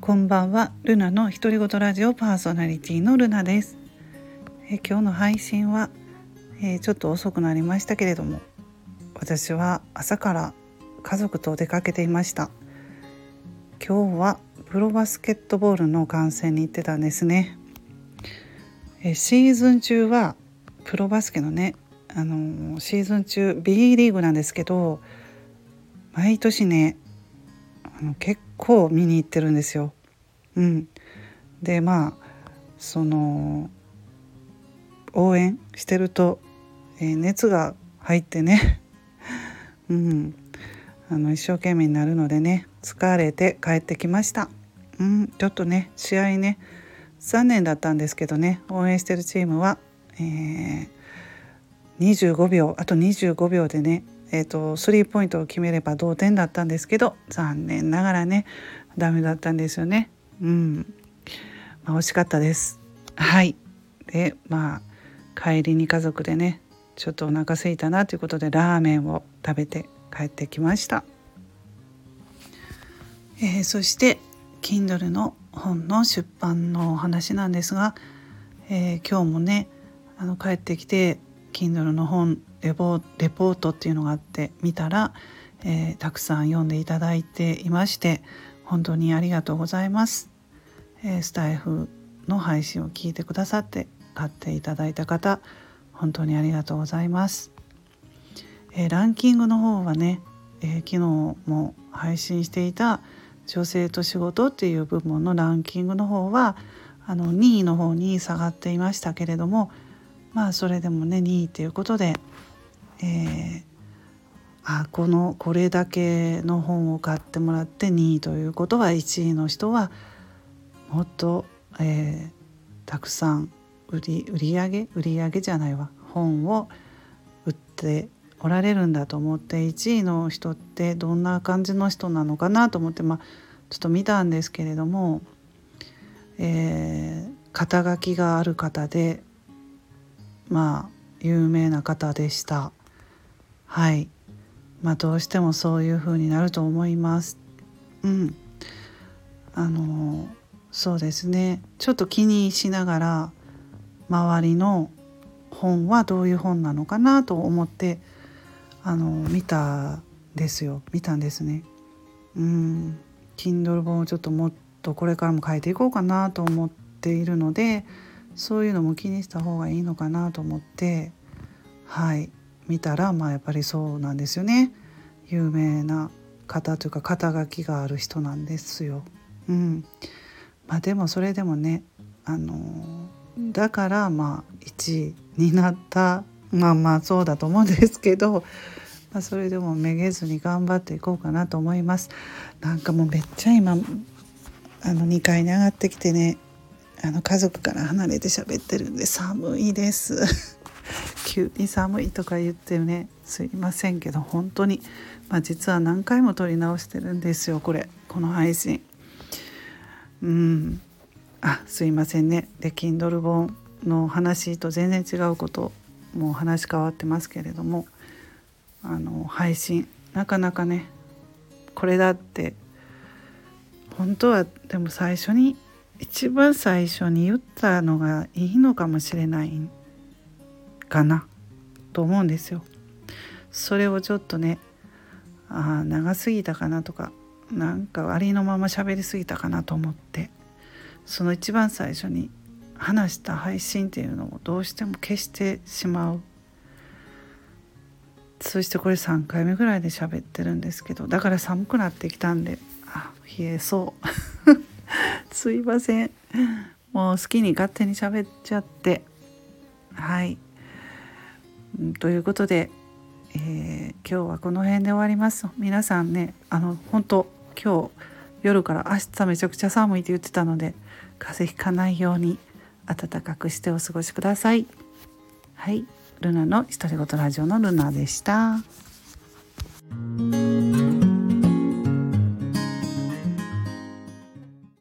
こんばんは。ルナの独り言ラジオパーソナリティのルナです。今日の配信は、ちょっと遅くなりましたけれども、私は朝から家族と出かけていました。今日はプロバスケットボールの観戦に行ってたんですね。シーズン中はプロバスケのね、シーズン中 B リーグなんですけど、毎年ね結構見に行ってるんですよ。でその応援してると、熱が入ってね、一生懸命になるのでね、疲れて帰ってきました。ちょっとね試合ね残念だったんですけどね、応援してるチームは、25秒あと25秒でね、スリーポイントを決めれば同点だったんですけど、残念ながらねダメだったんですよね。惜しかったです。で帰りに家族でねちょっとお腹空いたなということでラーメンを食べて帰ってきました。そして Kindle の本の出版のお話なんですが、今日もね帰ってきて Kindle の本レポートっていうのがあって見たら、たくさん読んでいただいていまして、本当にありがとうございます。スタイフの配信を聞いてくださって買っていただいた方、本当にありがとうございます。ランキングの方はね、昨日も配信していた女性と仕事っていう部門のランキングの方は2位の方に下がっていましたけれども、それでもね2位ということで、これだけの本を買ってもらって2位ということは1位の人はもっと、たくさん売り上げじゃないわ、本を売っておられるんだと思って、1位の人ってどんな感じの人なのかなと思って、ちょっと見たんですけれども、肩書きがある方で有名な方でした。どうしてもそういう風になると思います。そうですね、ちょっと気にしながら周りの本はどういう本なのかなと思って見たんですね。Kindle 本をちょっともっとこれからも書いていこうかなと思っているので、そういうのも気にした方がいいのかなと思って見たらやっぱりそうなんですよね。有名な方というか肩書きがある人なんですよ。でもそれでもねだから1位になったそうだと思うんですけど、それでもめげずに頑張っていこうかなと思います。もうめっちゃ今2階に上がってきてね、家族から離れて喋ってるんで寒いです急に寒いとか言ってねすいませんけど、本当に実は何回も撮り直してるんですよ、この配信。すいませんね。で Kindle 本の話と全然違うこと、もう話変わってますけれども、配信なかなかねこれだって本当はでも一番最初に言ったのがいいのかもしれないかなと思うんですよ。それをちょっとね長すぎたかなとか、ありのまま喋りすぎたかなと思って、その一番最初に話した配信っていうのをどうしても消してしまう。そしてこれ3回目ぐらいで喋ってるんですけど、だから寒くなってきたんで冷えそうすいません、もう好きに勝手に喋っちゃってということで、今日はこの辺で終わります。皆さんね本当今日夜から明日めちゃくちゃ寒いって言ってたので、風邪ひかないように暖かくしてお過ごしください。ルナの独り言ラジオのルナでした。